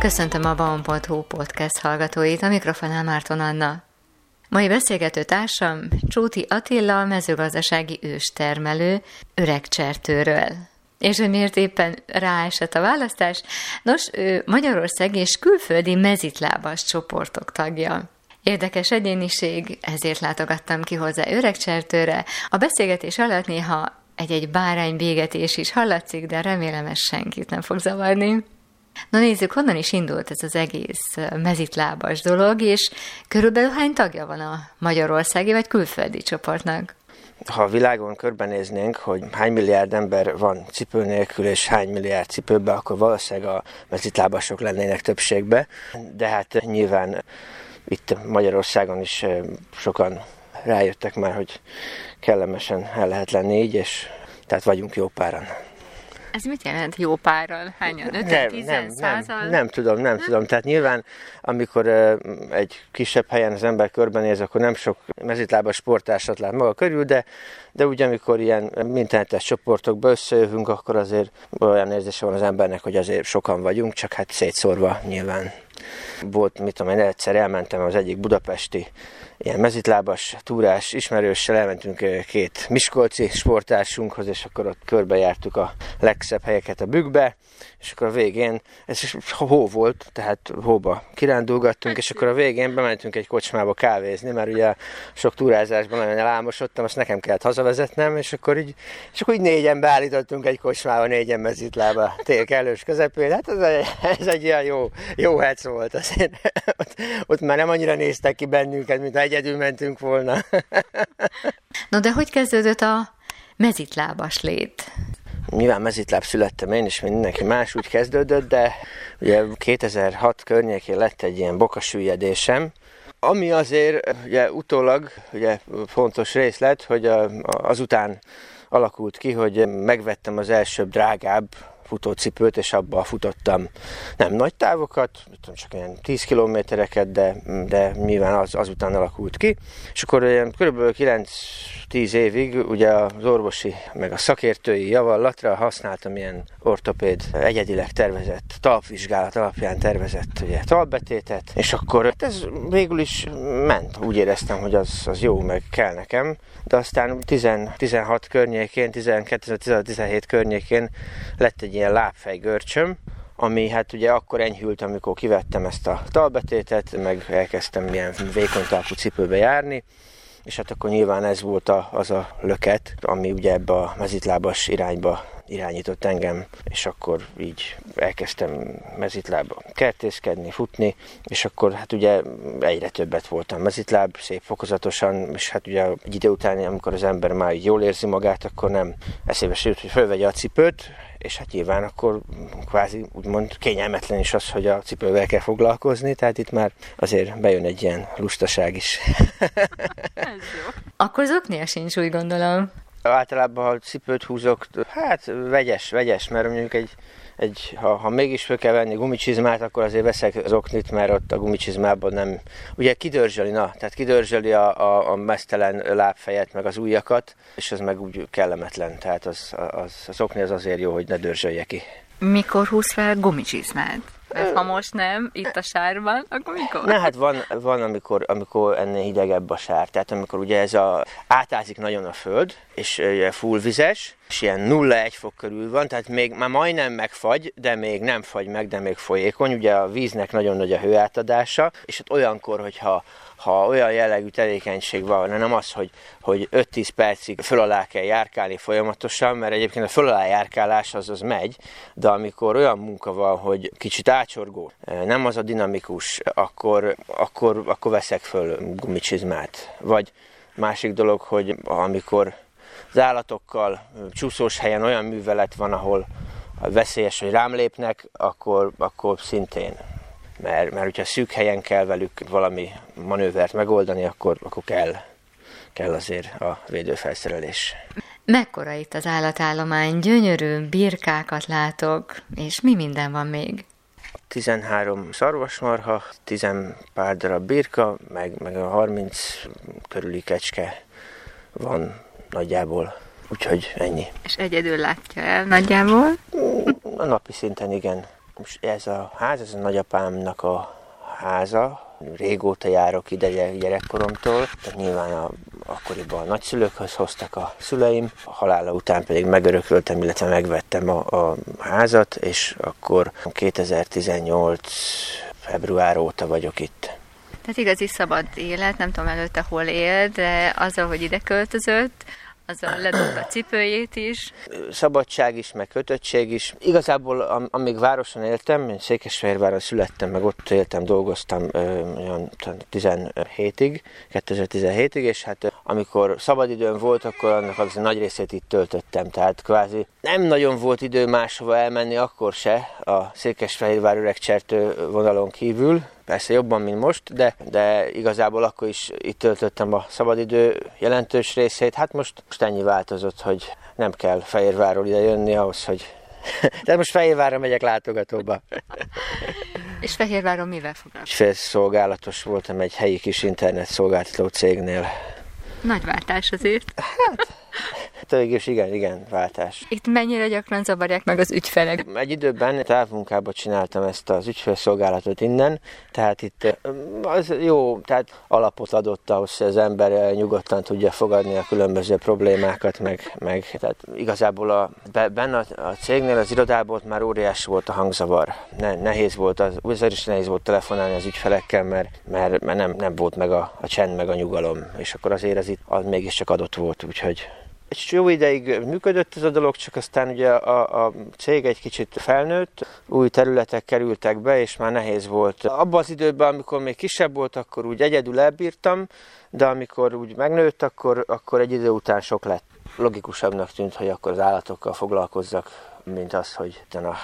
Köszöntöm a Baon.hu podcast hallgatóit, a mikrofonnál Márton Anna. Mai beszélgető társam Csóti Attila, mezőgazdasági őstermelő Öregcsertőről. És hogy miért éppen ráesett a választás? Nos, ő Magyarország és külföldi mezitlábas csoportok tagja. Érdekes egyéniség, ezért látogattam ki hozzá Öregcsertőre. A beszélgetés alatt néha egy-egy báránybégetés is hallatszik, de remélem ez senkit nem fog zavarni. Na nézzük, honnan is indult ez az egész mezitlábas dolog, és körülbelül hány tagja van a magyarországi vagy külföldi csoportnak? Ha a világon körbenéznénk, hogy hány milliárd ember van cipő nélkül, és hány milliárd cipőben, akkor valószínűleg a mezitlábasok lennének többségbe. De hát nyilván itt Magyarországon is sokan rájöttek már, hogy kellemesen el lehet lenni így, és tehát vagyunk jó páran. Ez mit jelent jó párral? Hányan? 5-10-100-al? Nem tudom. Tehát nyilván, amikor egy kisebb helyen az ember körbenéz, akkor nem sok mezitlábas sporttársat lát maga körül, de úgy, amikor ilyen internetes csoportokba összejövünk, akkor azért olyan érzése van az embernek, hogy azért sokan vagyunk, csak hát szétszórva nyilván. Volt, egyszer elmentem az egyik budapesti ilyen mezitlábas túrás ismerőssel, elmentünk két miskolci sportársunkhoz, és akkor ott körbejártuk a legszebb helyeket a Bükkbe, és akkor a végén, ez hó volt, tehát hóba kirándulgattunk, és akkor a végén bementünk egy kocsmába kávézni, mert ugye sok túrázásban nagyon elámosodtam, azt nekem kellett hazavezetnem, és akkor így négyen beállítottunk egy kocsmába, négyen mezitlába tél kellős közepén. Hát ez egy ilyen jó hec volt, azért ott már nem annyira néztek ki bennünket, mint ha egyedül mentünk volna. No, de hogy kezdődött a mezitlábas lét? Nyilván mezitláb születtem én, és mindenki más úgy kezdődött, de ugye 2006 környékén lett egy ilyen bokasüllyedésem, ami azért ugye utólag ugye fontos részlet, hogy azután alakult ki, hogy megvettem az első drágább futócipőt, és abba futottam nem nagy távokat, csak ilyen 10 kilométereket, de nyilván azután alakult ki. És akkor kb. 9-10 évig ugye az orvosi, meg a szakértői javallatra használtam ilyen ortopéd egyedileg tervezett talpvizsgálat alapján tervezett ugye, talpbetétet, és akkor ez végül is ment. Úgy éreztem, hogy az jó, meg kell nekem, de aztán 16 környékén, 12-17 környékén lett egy ilyen lábfejgörcsöm, ami hát ugye akkor enyhült, amikor kivettem ezt a talpbetétet, meg elkezdtem ilyen vékony talpú cipőbe járni, és hát akkor nyilván ez volt az a löket, ami ugye ebbe a mezitlábas irányba irányított engem, és akkor így elkezdtem mezitlábba kertészkedni, futni, és akkor hát ugye egyre többet voltam mezitláb, szép fokozatosan, és hát ugye egy idő után, amikor az ember már így jól érzi magát, akkor nem eszébe se jut, hogy fölvegye a cipőt, és hát nyilván akkor kvázi úgymond kényelmetlen is az, hogy a cipővel kell foglalkozni, tehát itt már azért bejön egy ilyen lustaság is. Ez jó. Akkor zoknia sincs, úgy gondolom. Általában, ha cipőt húzok, hát vegyes, mert mondjuk ha mégis fel kell venni gumicsizmát, akkor azért veszek zoknit, mert ott a gumicsizmában nem, ugye kidörzsöli a meztelen lábfejet, meg az ujjakat, és az meg úgy kellemetlen, tehát az zokni az azért jó, hogy ne dörzsölje ki. Mikor húz fel gumicsizmát? Mert ha most nem, itt a sárban, akkor mikor? Na hát van amikor ennél hidegebb a sár, tehát amikor ugye átázik nagyon a föld, és full vizes, és ilyen 0-1 fok körül van, tehát még már majdnem megfagy, de még nem fagy meg, de még folyékony, ugye a víznek nagyon nagy a hőátadása, és hát olyankor, hogyha olyan jellegű tevékenység van, nem az, hogy 5-10 percig föl alá kell járkálni folyamatosan, mert egyébként a föl alá járkálás az megy, de amikor olyan munka van, hogy kicsit ácsorgó, nem az a dinamikus, akkor veszek föl gumicsizmát. Vagy másik dolog, hogy amikor az állatokkal csúszós helyen olyan művelet van, ahol veszélyes, hogy rám lépnek, akkor szintén. Mert hogyha szűk helyen kell velük valami manővert megoldani, akkor kell azért a védőfelszerelés. Mekkora itt az állatállomány? Gyönyörű birkákat látok, és mi minden van még? 13 szarvasmarha, 10 pár darab birka, meg a 30 körüli kecske van nagyjából. Úgyhogy ennyi. És egyedül látja el nagyjából? A napi szinten igen. Most ez a ház, ez a nagyapámnak a háza. Régóta járok ide gyerekkoromtól, tehát nyilván akkoriban a nagyszülőkhöz hoztak a szüleim, a halála után pedig megörököltem, illetve megvettem a házat, és akkor 2018. február óta vagyok itt. Tehát igazi szabad élet, nem tudom előtte hol él, de azzal, hogy ide költözött, azzal ledobta a cipőjét is. Szabadság is, meg kötöttség is. Igazából, amíg városon éltem, én Székesfehérváron születtem, meg ott éltem, dolgoztam olyan 2017-ig, és hát amikor szabadidőm volt, akkor annak az nagy részét itt töltöttem. Tehát kvázi nem nagyon volt idő máshova elmenni akkor se, a Székesfehérvár Öregcsertő vonalon kívül. Persze jobban, mint most, de igazából akkor is itt töltöttem a szabadidő jelentős részét. Hát most ennyi változott, hogy nem kell Fehérvárról ide jönni ahhoz, hogy... De most Fehérvárra megyek látogatóba. És Fehérváron mivel foglalkozik? Félszolgálatos voltam egy helyi kis internet szolgáltató cégnél. Nagy váltás azért. Végül is igen, váltás. Itt mennyire gyakran zavarják meg az ügyfelek? Egy időben távmunkában csináltam ezt az ügyfélszolgálatot innen, tehát itt az jó, tehát alapot adott ahhoz, hogy az ember nyugodtan tudja fogadni a különböző problémákat, meg tehát igazából benne a cégnél, az irodában már óriási volt a hangzavar. Nehéz volt, azért is nehéz volt telefonálni az ügyfelekkel, mert nem volt meg a csend, meg a nyugalom, és akkor azért ez itt mégiscsak adott volt, úgyhogy egy jó ideig működött ez a dolog, csak aztán ugye a cég egy kicsit felnőtt, új területek kerültek be, és már nehéz volt. Abban az időben, amikor még kisebb volt, akkor úgy egyedül elbírtam, de amikor úgy megnőtt, akkor egy idő után sok lett. Logikusabbnak tűnt, hogy akkor az állatokkal foglalkozzak, mint az, hogy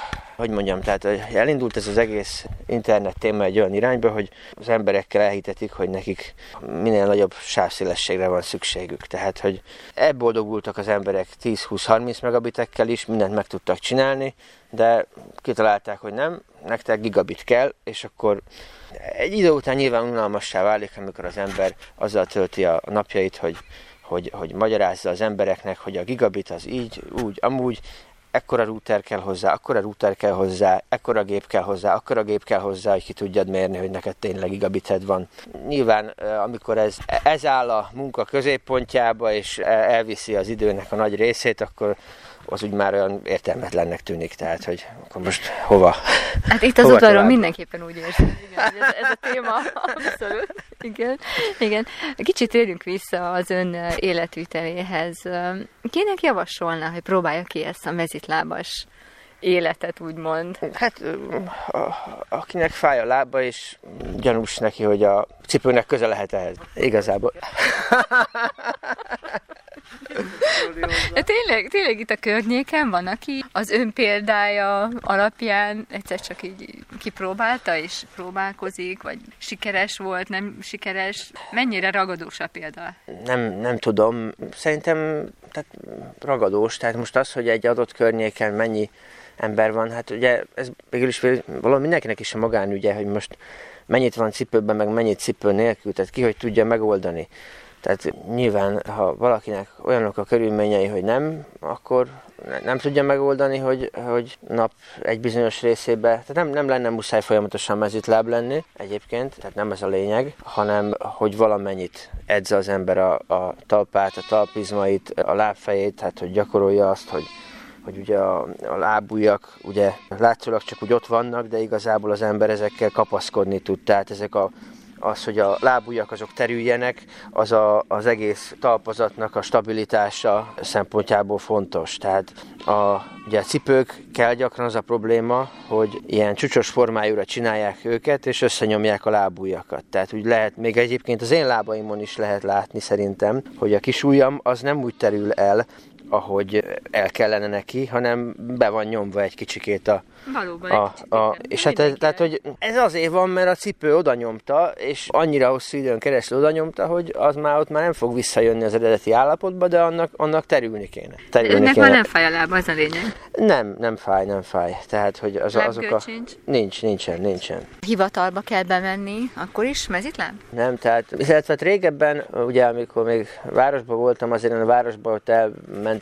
tehát elindult ez az egész internet téma egy olyan irányba, hogy az emberekkel elhitetik, hogy nekik minél nagyobb sávszélességre van szükségük. Tehát, hogy elboldogultak az emberek 10-20-30 megabitekkel is, mindent meg tudtak csinálni, de kitalálták, hogy nem, nektek gigabit kell, és akkor egy idő után nyilván unalmassá válik, amikor az ember azzal tölti a napjait, hogy magyarázza az embereknek, hogy a gigabit az így, úgy, amúgy, ekkora router kell hozzá, akkora router kell hozzá, ekkora gép kell hozzá, akkora gép kell hozzá, hogy ki tudjad mérni, hogy neked tényleg gigabited van. Nyilván, amikor ez áll a munka középpontjába, és elviszi az időnek a nagy részét, akkor az úgy már olyan értelmetlennek tűnik, tehát, hogy akkor most hova? Hát itt az udvaron mindenképpen úgy érzem, ez a téma abszolút. Igen. Kicsit térjünk vissza az ön életviteléhez. Kinek javasolna, hogy próbálja ki ezt a mezitlábas életet, úgymond? Hát, akinek fáj a lába, és gyanús neki, hogy a cipőnek köze lehet ehhez. Igazából. De tényleg itt a környéken van, aki az ön példája alapján egyszer csak így kipróbálta, és próbálkozik, vagy sikeres volt, nem sikeres. Mennyire ragadós a példa? Nem tudom. Szerintem ragadós. Tehát most az, hogy egy adott környéken mennyi ember van, hát ugye ez végül is valami mindenkinek is a magánügye, hogy most mennyit van cipőben, meg mennyit cipő nélkül, tehát ki hogy tudja megoldani. Tehát nyilván, ha valakinek olyanok a körülményei, hogy nem, akkor nem tudja megoldani, hogy nap egy bizonyos részébe, tehát nem lenne muszáj folyamatosan mezitláb lenni egyébként, tehát nem ez a lényeg, hanem hogy valamennyit edz az ember a talpát, a talpizmait, a lábfejét, tehát hogy gyakorolja azt, hogy ugye a lábujjak ugye látszólag csak úgy ott vannak, de igazából az ember ezekkel kapaszkodni tud, tehát az, hogy a lábujjak azok terüljenek, az egész talpazatnak a stabilitása szempontjából fontos. Tehát ugye a cipőkkel gyakran az a probléma, hogy ilyen csúcsos formájúra csinálják őket, és összenyomják a lábujjakat. Tehát úgy lehet, még egyébként az én lábaimon is lehet látni szerintem, hogy a kis ujjam az nem úgy terül el, ahogy el kellene neki, hanem be van nyomva egy kicsikét és hát tehát, hogy ez azért van, mert a cipő oda nyomta, és annyira hosszú időn keresztül oda nyomta, hogy az már ott már nem fog visszajönni az eredeti állapotba, de annak terülni kéne. Önnek már nem fáj a lába, az a lényeg? Nem fáj. Tehát, hogy azok a... Nincsen. Hivatalba kell bemenni, akkor is mezitláb? Nem, tehát régebben, ugye amikor még városban voltam, azért a városban ott elmentem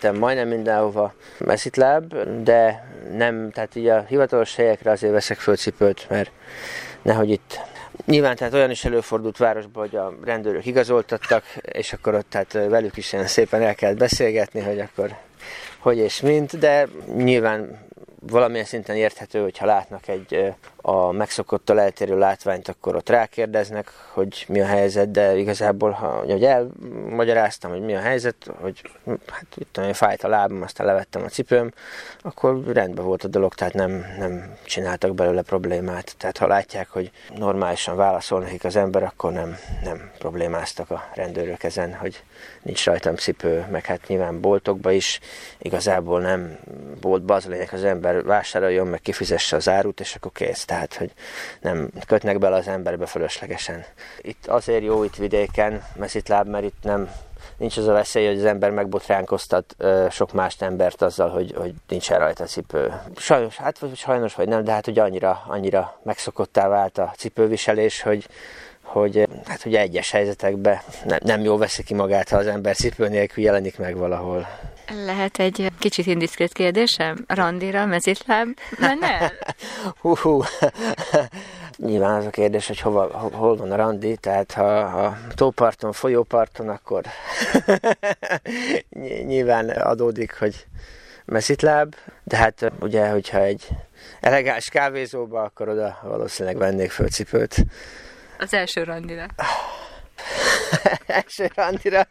szerintem majdnem mindenhova mezitláb, de nem, tehát így a hivatalos helyekre azért veszek föl cipőt, mert nehogy itt... Nyilván tehát olyan is előfordult városban, hogy a rendőrök igazoltattak, és akkor ott tehát velük is ilyen szépen el kellett beszélgetni, hogy akkor hogy és mint, de nyilván valamilyen szinten érthető, hogyha látnak a megszokottal eltérő látványt, akkor ott rákérdeznek, hogy mi a helyzet, de igazából, hogy elmagyaráztam, hogy mi a helyzet, hogy hát itt tudom, fájt a lábam, aztán levettem a cipőm, akkor rendben volt a dolog, tehát nem csináltak belőle problémát. Tehát ha látják, hogy normálisan válaszol nekik az ember, akkor nem problémáztak a rendőrök ezen, hogy nincs rajtam cipő, meg hát nyilván boltokba is igazából nem boltba az lényeg, az ember vásároljon, meg kifizesse az árut, és akkor kész. Tehát, hogy nem kötnek bele az emberbe fölöslegesen. Itt azért jó itt vidéken mezitláb, mert itt nincs az a veszély, hogy az ember megbotránkoztat sok más embert azzal, hogy nincsen rajta cipő. Sajnos vagy nem, de hát ugye annyira megszokottá vált a cipőviselés, hogy hát ugye egyes helyzetekben nem jól veszi ki magát, ha az ember cipő nélkül jelenik meg valahol. Lehet egy kicsit indiszkrét kérdésem? Randira, mezitláb menne el? Nyilván az a kérdés, hogy hol van a randi, tehát ha a tóparton, folyóparton, akkor nyilván adódik, hogy mezitláb, de hát ugye, hogyha egy elegáns kávézóba, akkor oda valószínűleg vennék föl cipőt. Az első randira. Első randira.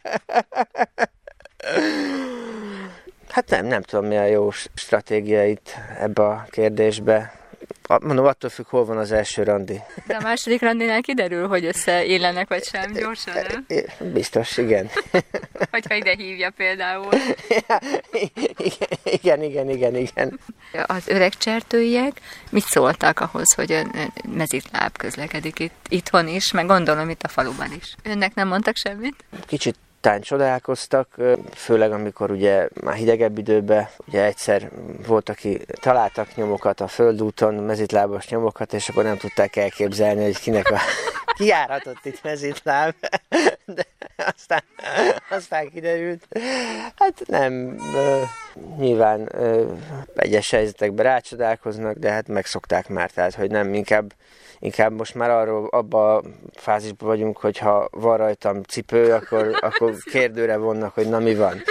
Hát nem tudom, mi a jó stratégia itt ebbe a kérdésbe. Mondom, attól függ, hol van az első randi. De a második randinál kiderül, hogy összeillenek vagy sem gyorsan, nem? Biztos, igen. Hogyha ide hívja például. Igen. Az öregcsertőiek mit szóltak ahhoz, hogy mezitláb közlekedik itthon is, meg gondolom itt a faluban is? Önnek nem mondtak semmit? Kicsit tán csodálkoztak, főleg amikor ugye már hidegebb időben, ugye egyszer volt, aki találtak nyomokat a földúton, mezitlábos nyomokat, és akkor nem tudták elképzelni, hogy kinek a kijáratott itt mezitláb, de aztán kiderült. Hát nem, nyilván egyes helyzetekben rácsodálkoznak, de hát megszokták már, tehát hogy nem, inkább most már abban a fázisban vagyunk, hogy ha van rajtam cipő, akkor kérdőre vonnak, hogy na mi van.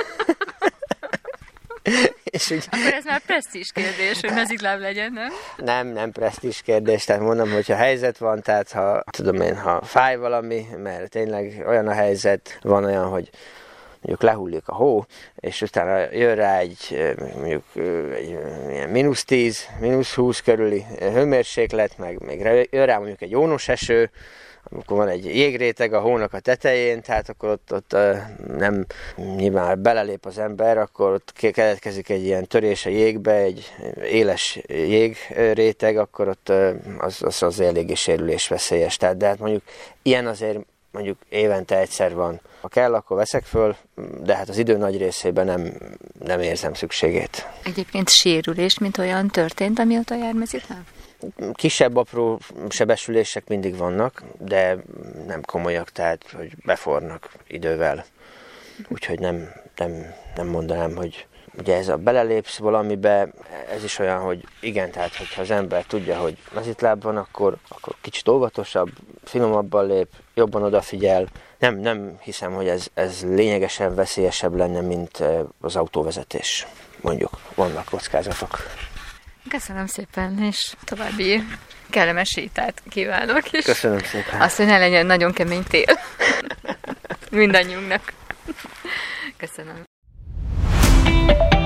És úgy... Akkor ez már presztízs kérdés, hogy mezitláb legyen, nem? Nem presztízs kérdés, tehát mondom, hogyha helyzet van, tehát ha fáj valami, mert tényleg olyan a helyzet, van olyan, hogy mondjuk lehullik a hó, és utána jön rá egy ilyen -10, -20 körüli hőmérséklet, meg még jön rá mondjuk egy ónos eső, amikor van egy jégréteg a hónak a tetején, tehát akkor ott nem nyilván belelép az ember, akkor ott keletkezik egy ilyen törés a jégbe, egy éles jégréteg, akkor ott az eléggé sérülésveszélyes. Tehát, de hát mondjuk ilyen azért mondjuk évente egyszer van. Ha kell, akkor veszek föl, de hát az idő nagy részében nem érzem szükségét. Egyébként sérülés, mint olyan történt, amióta jár mezitláb? Kisebb, apró sebesülések mindig vannak, de nem komolyak, tehát hogy befornak idővel. Úgyhogy nem mondanám, hogy ugye ez a belelépsz valamibe, ez is olyan, hogy igen, tehát hogyha az ember tudja, hogy mezitláb van, akkor kicsit óvatosabb, finomabban lép, jobban odafigyel. Nem hiszem, hogy ez lényegesen veszélyesebb lenne, mint az autóvezetés. Mondjuk, vannak kockázatok. Köszönöm szépen, és további kellemes sétát kívánok. És köszönöm szépen. Azt, hogy ne legyen nagyon kemény tél. Mindannyiunknak. Köszönöm.